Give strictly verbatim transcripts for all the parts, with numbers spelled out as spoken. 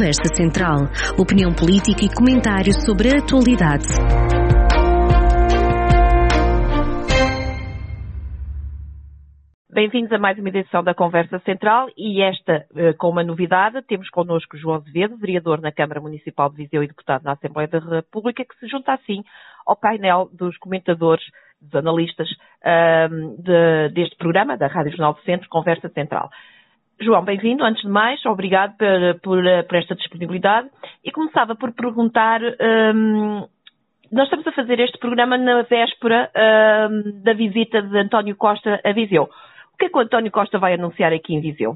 Conversa Central. Opinião política e comentário sobre a atualidade. Bem-vindos a mais uma edição da Conversa Central e esta com uma novidade. Temos connosco João Azevedo, vereador na Câmara Municipal de Viseu e deputado na Assembleia da República, que se junta assim ao painel dos comentadores, dos analistas um, de, deste programa, da Rádio Jornal do Centro, Conversa Central. João, bem-vindo. Antes de mais, obrigado por, por, por esta disponibilidade. E começava por perguntar, um, nós estamos a fazer este programa na véspera um, da visita de António Costa a Viseu. O que é que o António Costa vai anunciar aqui em Viseu?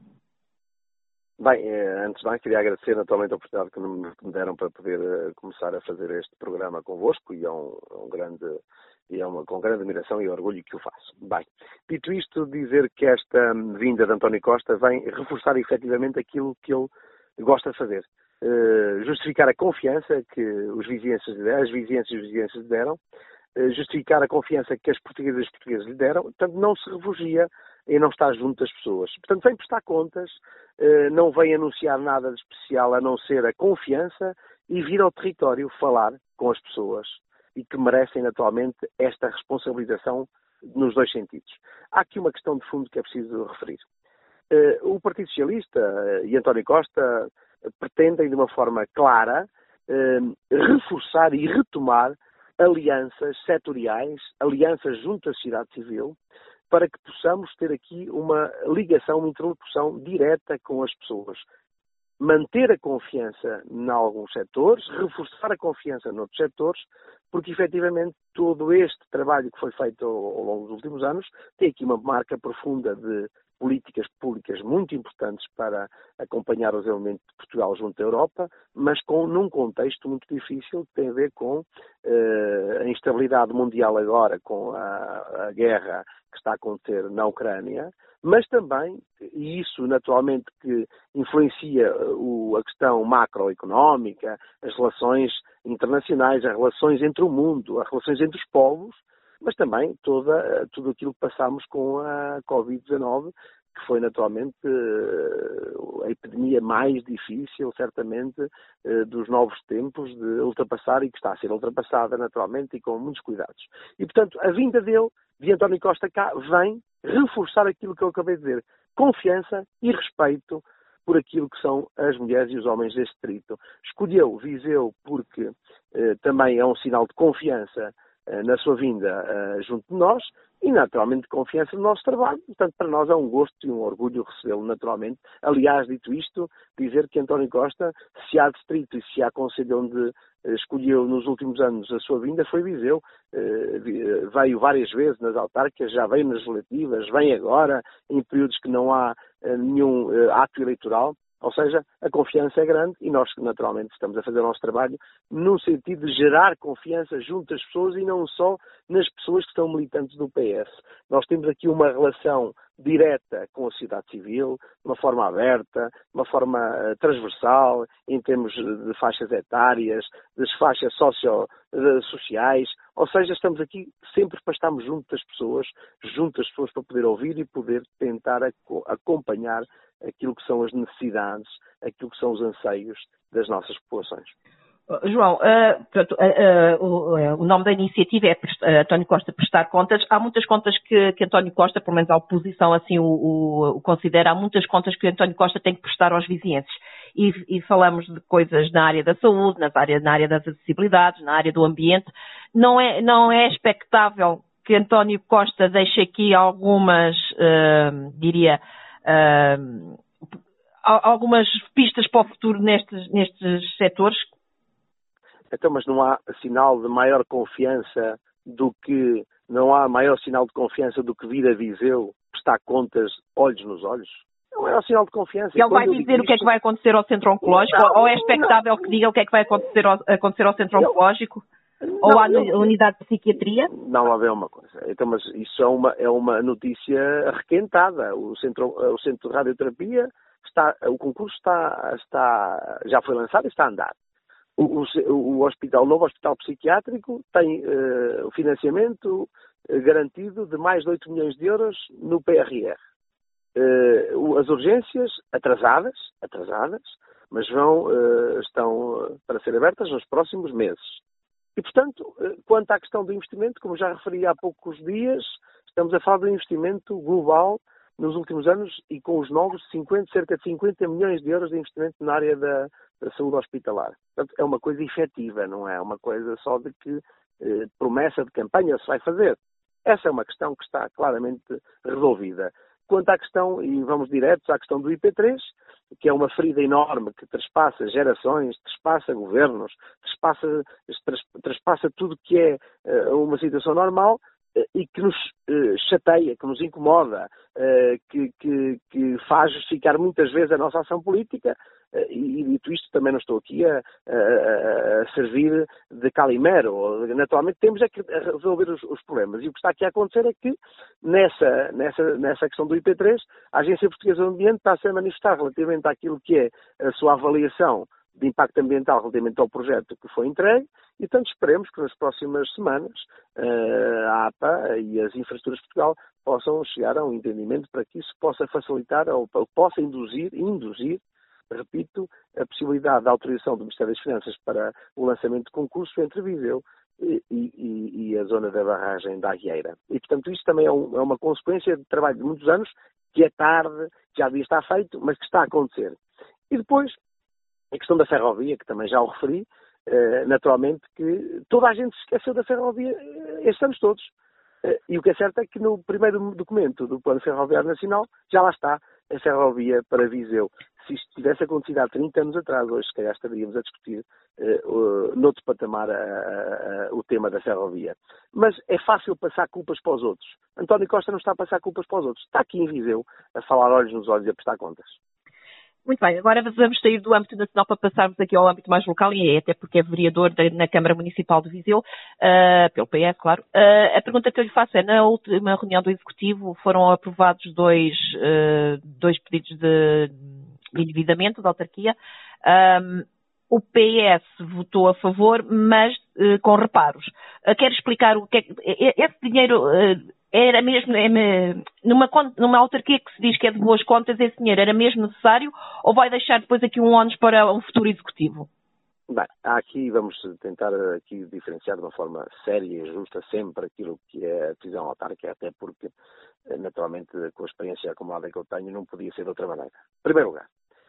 Bem, antes de mais queria agradecer naturalmente a oportunidade que me deram para poder começar a fazer este programa convosco e é um, um grande... e é uma, com grande admiração e orgulho que o faço. Bem, dito isto, dizer que esta vinda de António Costa vem reforçar efetivamente aquilo que ele gosta de fazer. Uh, justificar a confiança que os vizinhenses, as vizinhanças e os vizinhenses lhe deram, uh, justificar a confiança que as portuguesas e os portugueses lhe deram, portanto não se refugia em não estar junto das pessoas. Portanto, vem prestar contas, uh, não vem anunciar nada de especial a não ser a confiança e vir ao território falar com as pessoas e que merecem naturalmente esta responsabilização nos dois sentidos. Há aqui uma questão de fundo que é preciso referir. Uh, o Partido Socialista uh, e António Costa uh, pretendem de uma forma clara uh, reforçar e retomar alianças setoriais, alianças junto à sociedade civil, para que possamos ter aqui uma ligação, uma interlocução direta com as pessoas. Manter a confiança em alguns setores, reforçar a confiança noutros setores, porque efetivamente todo este trabalho que foi feito ao, ao longo dos últimos anos tem aqui uma marca profunda de políticas públicas muito importantes para acompanhar os elementos de Portugal junto à Europa, mas com, num contexto muito difícil que tem a ver com uh, a instabilidade mundial agora, com a, a guerra que está a acontecer na Ucrânia, mas também, e isso naturalmente que influencia o, a questão macroeconómica, as relações internacionais, as relações entre o mundo, as relações entre os povos, mas também toda, tudo aquilo que passámos com a covid dezenove, que foi naturalmente a epidemia mais difícil, certamente, dos novos tempos de ultrapassar e que está a ser ultrapassada naturalmente e com muitos cuidados. E, portanto, a vinda dele, de António Costa cá, vem reforçar aquilo que eu acabei de dizer. Confiança e respeito por aquilo que são as mulheres e os homens deste distrito. Escolheu Viseu porque eh, também é um sinal de confiança eh, na sua vinda eh, junto de nós e, naturalmente, de confiança no nosso trabalho. Portanto, para nós é um gosto e um orgulho recebê-lo, naturalmente. Aliás, dito isto, dizer que António Costa, se há distrito e se há concelho onde eh, escolheu nos últimos anos a sua vinda, foi Viseu. Eh, veio várias vezes nas autárquicas, já veio nas legislativas, vem agora, em períodos que não há eh, nenhum eh, ato eleitoral. Ou seja, a confiança é grande e nós, naturalmente, estamos a fazer o nosso trabalho no sentido de gerar confiança junto das pessoas e não só nas pessoas que são militantes do P S. Nós temos aqui uma relação direta com a sociedade civil, de uma forma aberta, de uma forma uh, transversal, em termos de faixas etárias, das faixas socio, uh, sociais, ou seja, estamos aqui sempre para estarmos junto das pessoas, junto das pessoas para poder ouvir e poder tentar aco- acompanhar aquilo que são as necessidades, aquilo que são os anseios das nossas populações. João, uh, portanto, uh, uh, o, uh, o nome da iniciativa é uh, António Costa prestar contas. Há muitas contas que, que António Costa, pelo menos a oposição assim o, o, o considera, há muitas contas que António Costa tem que prestar aos vizinhenses. E, e falamos de coisas na área da saúde, na área, na área das acessibilidades, na área do ambiente. Não é, não é expectável que António Costa deixe aqui algumas, uh, diria, uh, algumas pistas para o futuro nestes, nestes setores? Então, mas não há sinal de maior confiança do que, não há maior sinal de confiança do que vir a Viseu prestar contas olhos nos olhos? É o maior sinal de confiança. E ele vai dizer isto, o que é que vai acontecer ao centro oncológico? Não, ou é expectável não. que diga o que é que vai acontecer ao, acontecer ao centro oncológico? Não, ou à não, unidade de psiquiatria? Não, haver uma coisa. Então, mas isso é uma, é uma notícia requentada. O centro, o centro de radioterapia, está, o concurso está, está, já foi lançado e está a andar. O, o, o, hospital, o novo hospital psiquiátrico tem uh, o financiamento uh, garantido de mais de oito milhões de euros no P R R. Uh, as urgências atrasadas, atrasadas, mas vão, uh, estão para ser abertas nos próximos meses. E, portanto, uh, quanto à questão do investimento, como já referi há poucos dias, estamos a falar de um investimento global nos últimos anos e com os novos cinquenta, cerca de cinquenta milhões de euros de investimento na área da, da saúde hospitalar. Portanto, é uma coisa efetiva, não é uma coisa só de que eh, promessa de campanha se vai fazer. Essa é uma questão que está claramente resolvida. Quanto à questão, e vamos diretos à questão do I P três, que é uma ferida enorme que trespassa gerações, trespassa governos, trespassa, trespassa tudo que é uh, uma situação normal, e que nos uh, chateia, que nos incomoda, uh, que, que, que faz justificar muitas vezes a nossa ação política, uh, e dito isto também não estou aqui a, a, a servir de calimero. Naturalmente temos é que resolver os, os problemas, e o que está aqui a acontecer é que nessa, nessa, nessa questão do I P três, a Agência Portuguesa do Ambiente está-se a manifestar relativamente àquilo que é a sua avaliação de impacto ambiental relativamente ao projeto que foi entregue, e portanto esperemos que nas próximas semanas uh, a APA e as Infraestruturas de Portugal possam chegar a um entendimento para que isso possa facilitar ou, ou possa induzir, induzir, repito, a possibilidade da autorização do Ministério das Finanças para o lançamento de concurso entre Viseu e, e, e a zona da barragem da Agueira. E portanto isto também é, um, é uma consequência de trabalho de muitos anos, que é tarde, já devia estar feito, mas que está a acontecer. E depois, a questão da ferrovia, que também já o referi, eh, naturalmente que toda a gente se esqueceu da ferrovia estes anos todos. Eh, e o que é certo é que no primeiro documento do Plano Ferroviário Nacional já lá está a ferrovia para Viseu. Se isto tivesse acontecido há trinta anos atrás, hoje se calhar estaríamos a discutir eh, uh, noutro patamar a, a, a, o tema da ferrovia. Mas é fácil passar culpas para os outros. António Costa não está a passar culpas para os outros. Está aqui em Viseu a falar olhos nos olhos e a prestar contas. Muito bem, agora vamos sair do âmbito nacional para passarmos aqui ao âmbito mais local, e é até porque é vereador de, na Câmara Municipal de Viseu, uh, pelo P S, claro. Uh, a pergunta que eu lhe faço é, na última reunião do Executivo foram aprovados dois, uh, dois pedidos de, de endividamento da autarquia. Um, o P S votou a favor, mas uh, com reparos. Uh, quero explicar o que é que... Esse dinheiro... Uh, Era mesmo, numa, numa autarquia que se diz que é de boas contas, esse dinheiro era mesmo necessário, ou vai deixar depois aqui um ónus para um futuro executivo? Bem, há aqui, vamos tentar aqui diferenciar de uma forma séria e justa sempre aquilo que é a decisão autárquica, até porque, naturalmente, com a experiência acumulada que eu tenho, não podia ser de outra maneira. Em primeiro lugar,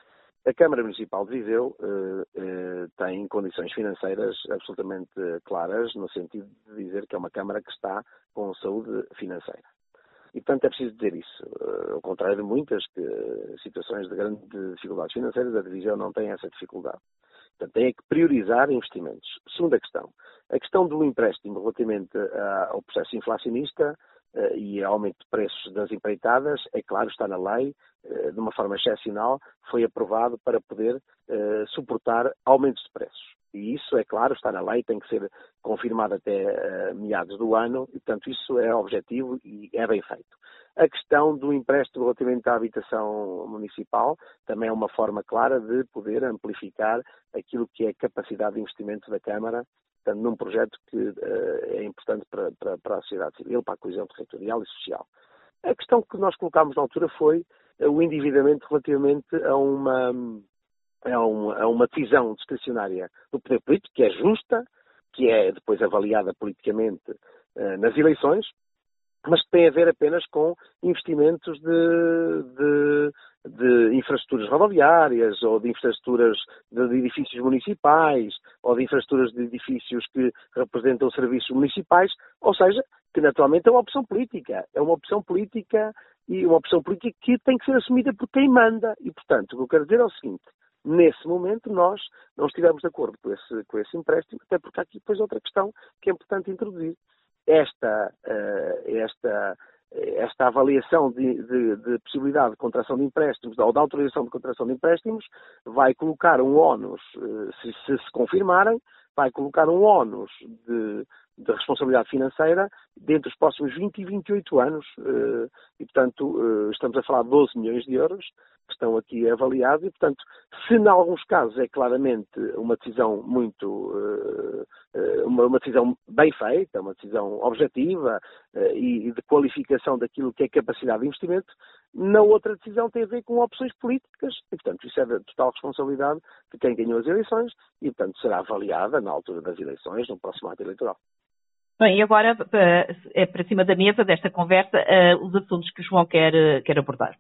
a Câmara Municipal de Viseu eh, eh, tem condições financeiras absolutamente claras, no sentido de dizer que é uma Câmara que está com saúde financeira. E, portanto, é preciso dizer isso. Uh, ao contrário de muitas que, situações de grande dificuldades financeiras, a Viseu não tem essa dificuldade. Portanto, tem que priorizar investimentos. Segunda questão. A questão do empréstimo relativamente uh, ao processo inflacionista uh, e ao aumento de preços das empreitadas, é claro, está na lei, uh, de uma forma excepcional, foi aprovado para poder uh, suportar aumentos de preços. E isso, é claro, está na lei, tem que ser confirmado até uh, meados do ano, e, portanto, isso é objetivo e é bem feito. A questão do empréstimo relativamente à habitação municipal também é uma forma clara de poder amplificar aquilo que é a capacidade de investimento da Câmara, portanto, num projeto que uh, é importante para, para, para a sociedade civil, para a coesão territorial e social. A questão que nós colocámos na altura foi uh, o endividamento relativamente a uma... É uma, é uma decisão discricionária do poder político, que é justa, que é depois avaliada politicamente uh, nas eleições, mas que tem a ver apenas com investimentos de, de, de infraestruturas rodoviárias, ou de infraestruturas de, de edifícios municipais, ou de infraestruturas de edifícios que representam serviços municipais, ou seja, que naturalmente é uma opção política. É uma opção política e uma opção política que tem que ser assumida por quem manda. E, portanto, o que eu quero dizer é o seguinte: nesse momento, nós não estivemos de acordo com esse, com esse empréstimo, até porque há aqui depois outra questão que é importante introduzir. Esta, uh, esta, esta avaliação de, de, de possibilidade de contração de empréstimos, ou de autorização de contração de empréstimos, vai colocar um ónus, uh, se, se se confirmarem, vai colocar um ónus de, de responsabilidade financeira dentro dos próximos vinte e vinte e oito anos, uh, e portanto uh, estamos a falar de doze milhões de euros, que estão aqui avaliados e, portanto, se em alguns casos é claramente uma decisão muito, uh, uma, uma decisão bem feita, uma decisão objetiva uh, e de qualificação daquilo que é capacidade de investimento, na outra decisão tem a ver com opções políticas e, portanto, isso é da total responsabilidade de quem ganhou as eleições e, portanto, será avaliada na altura das eleições, no próximo ato eleitoral. Bem, e agora é para cima da mesa desta conversa os assuntos que o João quer, quer abordar.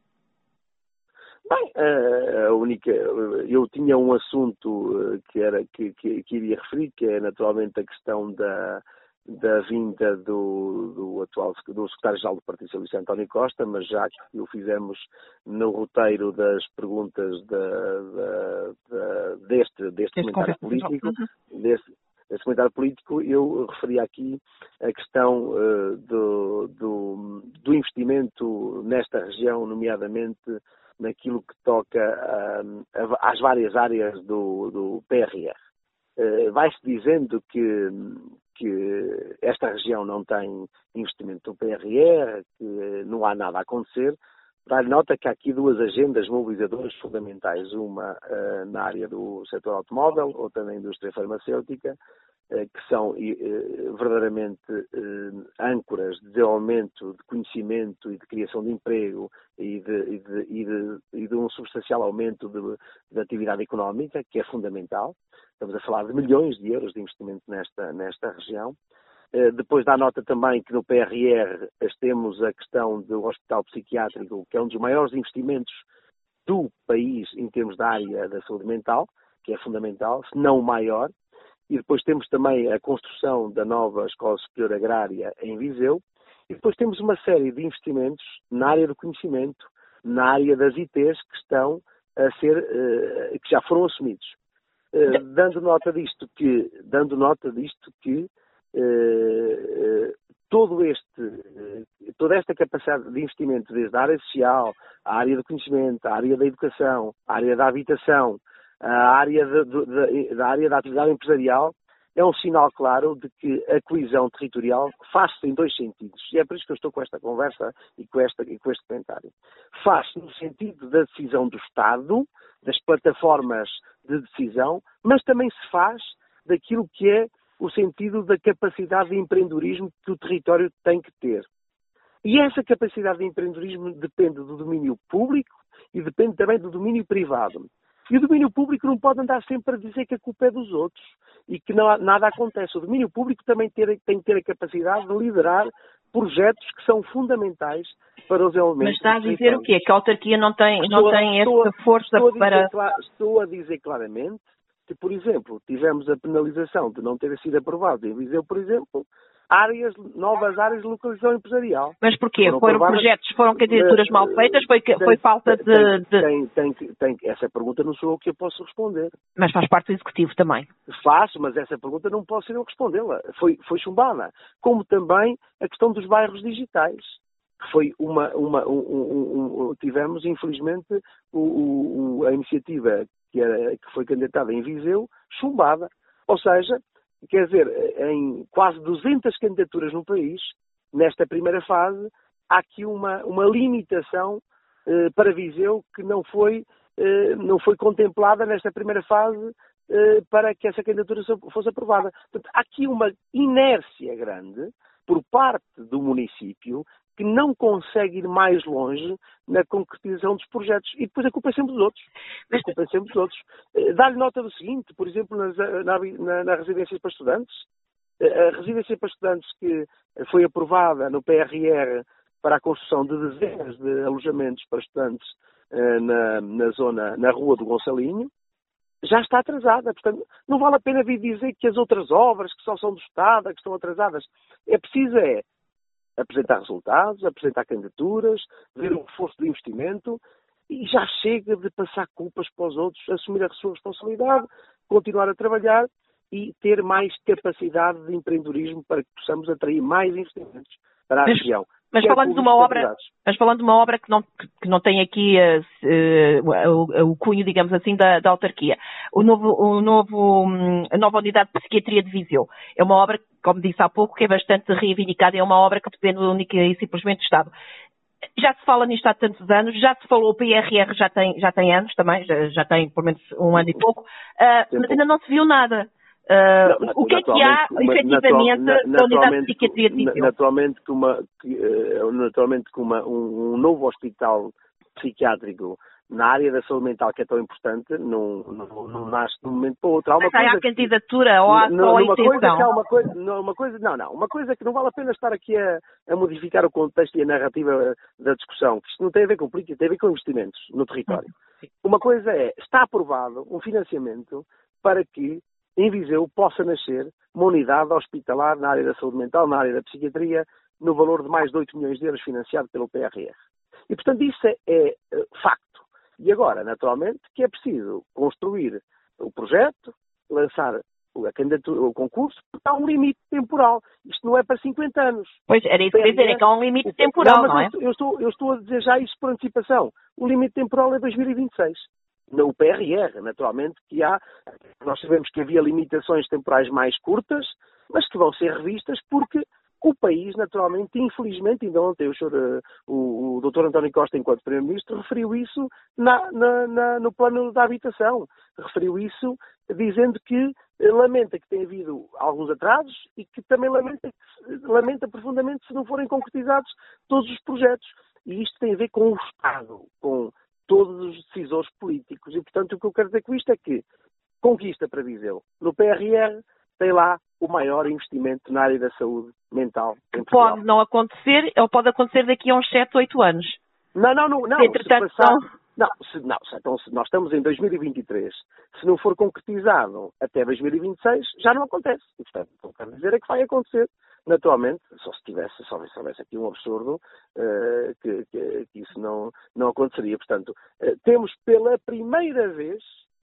Bem, a única, eu tinha um assunto que, era, que, que, que iria referir, que é naturalmente a questão da, da vinda do, do atual do secretário-geral do Partido Socialista, António Costa, mas já que o fizemos no roteiro das perguntas da, da, da, deste, deste comentário político, uhum. deste, deste comentário político, eu referi aqui a questão uh, do, do, do investimento nesta região, nomeadamente naquilo que toca uh, às várias áreas do, do P R R. Uh, vai-se dizendo que, que esta região não tem investimento no P R R, que não há nada a acontecer. Dar nota que há aqui duas agendas mobilizadoras fundamentais, uma uh, na área do setor automóvel, outra na indústria farmacêutica, uh, que são uh, verdadeiramente uh, âncoras de desenvolvimento, de conhecimento e de criação de emprego e de, e de, e de, e de um substancial aumento de, de atividade económica, que é fundamental. Estamos a falar de milhões de euros de investimento nesta, nesta região. Depois dá nota também que no P R R temos a questão do hospital psiquiátrico, que é um dos maiores investimentos do país em termos da área da saúde mental, que é fundamental, se não o maior. E depois temos também a construção da nova Escola Superior Agrária em Viseu. E depois temos uma série de investimentos na área do conhecimento, na área das I Ts que estão a ser, que já foram assumidos. Dando nota disto que, dando nota disto que Uh, uh, todo este, uh, toda esta capacidade de investimento, desde a área social, a área do conhecimento, a área da educação, a área da habitação, a área de, de, de, da área da atividade empresarial, é um sinal claro de que a coesão territorial faz-se em dois sentidos. E é por isso que eu estou com esta conversa e com, esta, e com este comentário. Faz-se no sentido da decisão do Estado, das plataformas de decisão, mas também se faz daquilo que é o sentido da capacidade de empreendedorismo que o território tem que ter. E essa capacidade de empreendedorismo depende do domínio público e depende também do domínio privado. E o domínio público não pode andar sempre a dizer que a culpa é dos outros e que não, nada acontece. O domínio público também ter, tem que ter a capacidade de liderar projetos que são fundamentais para os elementos. Mas está a dizer o quê? Que a autarquia não tem, não estou, tem estou, essa força estou para... Dizer, estou a dizer claramente que, por exemplo, tivemos a penalização de não ter sido aprovado em Viseu, por exemplo, áreas, novas áreas de localização empresarial. Mas porquê? Foram, foram projetos, foram candidaturas uh, mal feitas? Foi, tem, foi falta de... Tem, de... Tem, tem, tem, essa pergunta não sou eu que eu posso responder. Mas faz parte do Executivo também. Faço, mas essa pergunta não posso ser eu respondê-la. Foi, foi chumbada. Como também a questão dos bairros digitais. Foi uma, uma um, um, um, tivemos, infelizmente, o, o, a iniciativa que, era, que foi candidatada em Viseu, chumbada. Ou seja, quer dizer, em quase duzentas candidaturas no país, nesta primeira fase, há aqui uma, uma limitação eh, para Viseu que não foi, eh, não foi contemplada nesta primeira fase eh, para que essa candidatura fosse aprovada. Portanto, há aqui uma inércia grande por parte do município que não consegue ir mais longe na concretização dos projetos. E depois a culpa é sempre dos outros. A culpa é sempre dos outros. Dá-lhe nota do seguinte, por exemplo, nas, na, na, na residência para estudantes. A residência para estudantes que foi aprovada no P R R para a construção de dezenas de alojamentos para estudantes na, na zona, na Rua do Gonçalinho, já está atrasada. Portanto, não vale a pena vir dizer que as outras obras que só são do Estado, que estão atrasadas. É preciso é apresentar resultados, apresentar candidaturas, ver o reforço de investimento e já chega de passar culpas para os outros, assumir a sua responsabilidade, continuar a trabalhar e ter mais capacidade de empreendedorismo para que possamos atrair mais investimentos para a mas, região. Mas falando, de uma obra, mas falando de uma obra que não, que não tem aqui uh, uh, o, o cunho, digamos assim, da, da autarquia, o novo, o novo, a nova unidade de psiquiatria de Viseu é uma obra, como disse há pouco, que é bastante reivindicada, é uma obra que depende única e simplesmente do Estado. Já se fala nisto há tantos anos, já se falou, o P R R já tem, já tem anos também, já, já tem pelo menos um ano e pouco, uh, mas ainda não se viu nada. Uh, não, o que é que há, efetivamente, da unidade de psiquiatria de Viseu? Naturalmente que, uma, que, uh, naturalmente que uma, um, um novo hospital psiquiátrico na área da saúde mental, que é tão importante, não, não, não nasce de um momento para o outro. Há uma mas coisa há a candidatura ou há só a intenção? Coisa que há uma coisa, não, uma coisa, não, não, uma coisa que não vale a pena estar aqui a, a modificar o contexto e a narrativa da discussão, que isto não tem a ver com política, tem a ver com investimentos no território. Uma coisa é, está aprovado um financiamento para que em Viseu possa nascer uma unidade hospitalar na área da saúde mental, na área da psiquiatria, no valor de mais de oito milhões de euros financiado pelo P R R. E, portanto, isso é, é facto. E agora, naturalmente, que é preciso construir o projeto, lançar a candidatura, o concurso, porque há um limite temporal. Isto não é para cinquenta anos. Pois, era isso que eu ia dizer, é que há um limite temporal, não, não é? Eu estou, eu estou a dizer já isso por antecipação. O limite temporal é dois mil e vinte e seis. No P R R, naturalmente, que há, nós sabemos que havia limitações temporais mais curtas, mas que vão ser revistas porque o país, naturalmente, infelizmente, ainda ontem o, senhor, o, o doutor António Costa, enquanto Primeiro-Ministro, referiu isso na, na, na, no plano da habitação. Referiu isso dizendo que lamenta que tenha havido alguns atrasos e que também lamenta, lamenta profundamente se não forem concretizados todos os projetos. E isto tem a ver com o Estado, com todos os decisores políticos. E, portanto, o que eu quero dizer com isto é que conquista para Viseu. No P R R tem lá o maior investimento na área da saúde mental em Portugal. Pode não acontecer, ou pode acontecer daqui a uns sete, oito anos. Não, não, não. não se, entretanto, se passar, não, se, não se, então, se nós estamos em dois mil e vinte e três. Se não for concretizado até dois mil e vinte e seis, já não acontece. E, portanto, o que eu quero dizer é que vai acontecer. Naturalmente, só se tivesse, só se houvesse aqui um absurdo, uh, que, que, que isso não, não aconteceria. Portanto, uh, temos pela primeira vez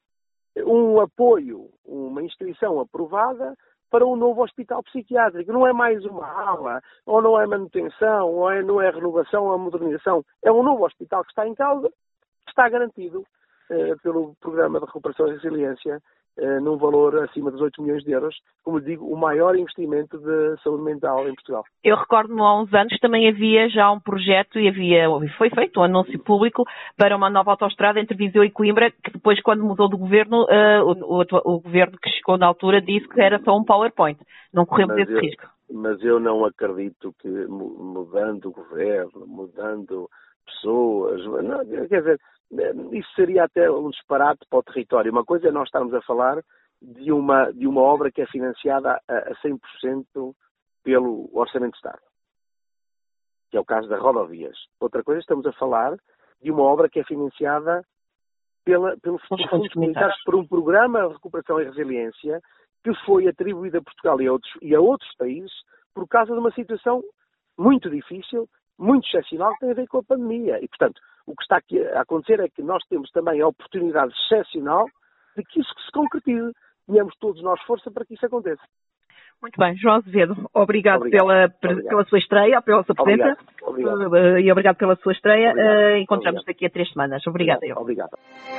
um apoio, uma inscrição aprovada para um novo hospital psiquiátrico. Não é mais uma ala, ou não é manutenção, ou é, não é renovação, ou é modernização. É um novo hospital que está em causa, que está garantido eh, pelo Programa de Recuperação e Resiliência, eh, num valor acima dos oito milhões de euros, como digo, o maior investimento de saúde mental em Portugal. Eu recordo-me há uns anos também havia já um projeto e havia, foi feito um anúncio público para uma nova autoestrada entre Viseu e Coimbra, que depois, quando mudou do governo, uh, o, o, o governo que chegou na altura disse que era só um PowerPoint. Não corremos mas esse eu, risco. Mas eu não acredito que mudando o governo, mudando pessoas, não, quer dizer, isso seria até um disparate para o território. Uma coisa é nós estarmos a falar de uma, de uma obra que é financiada a, a cem por cento pelo Orçamento de Estado, que é o caso das rodovias. Outra coisa, estamos a falar de uma obra que é financiada pela, pelo Fundos Comunitários por um programa de recuperação e resiliência que foi atribuído a Portugal e a outros, e a outros países por causa de uma situação muito difícil, muito excepcional, que tem a ver com a pandemia. E, portanto, o que está aqui a acontecer é que nós temos também a oportunidade excepcional de que isso se concretize. Tenhamos todos nós força para que isso aconteça. Muito bem, João Azevedo, obrigado, obrigado. Pela, obrigado. pela sua estreia, pela sua presença. Obrigado. Obrigado. E obrigado pela sua estreia. Obrigado. Uh, encontramos obrigado. daqui a três semanas. Obrigada. Obrigado.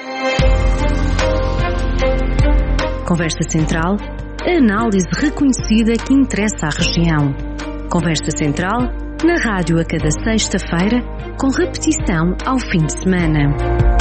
Conversa Central, a análise reconhecida que interessa à região. Conversa Central, na rádio a cada sexta-feira, com repetição ao fim de semana.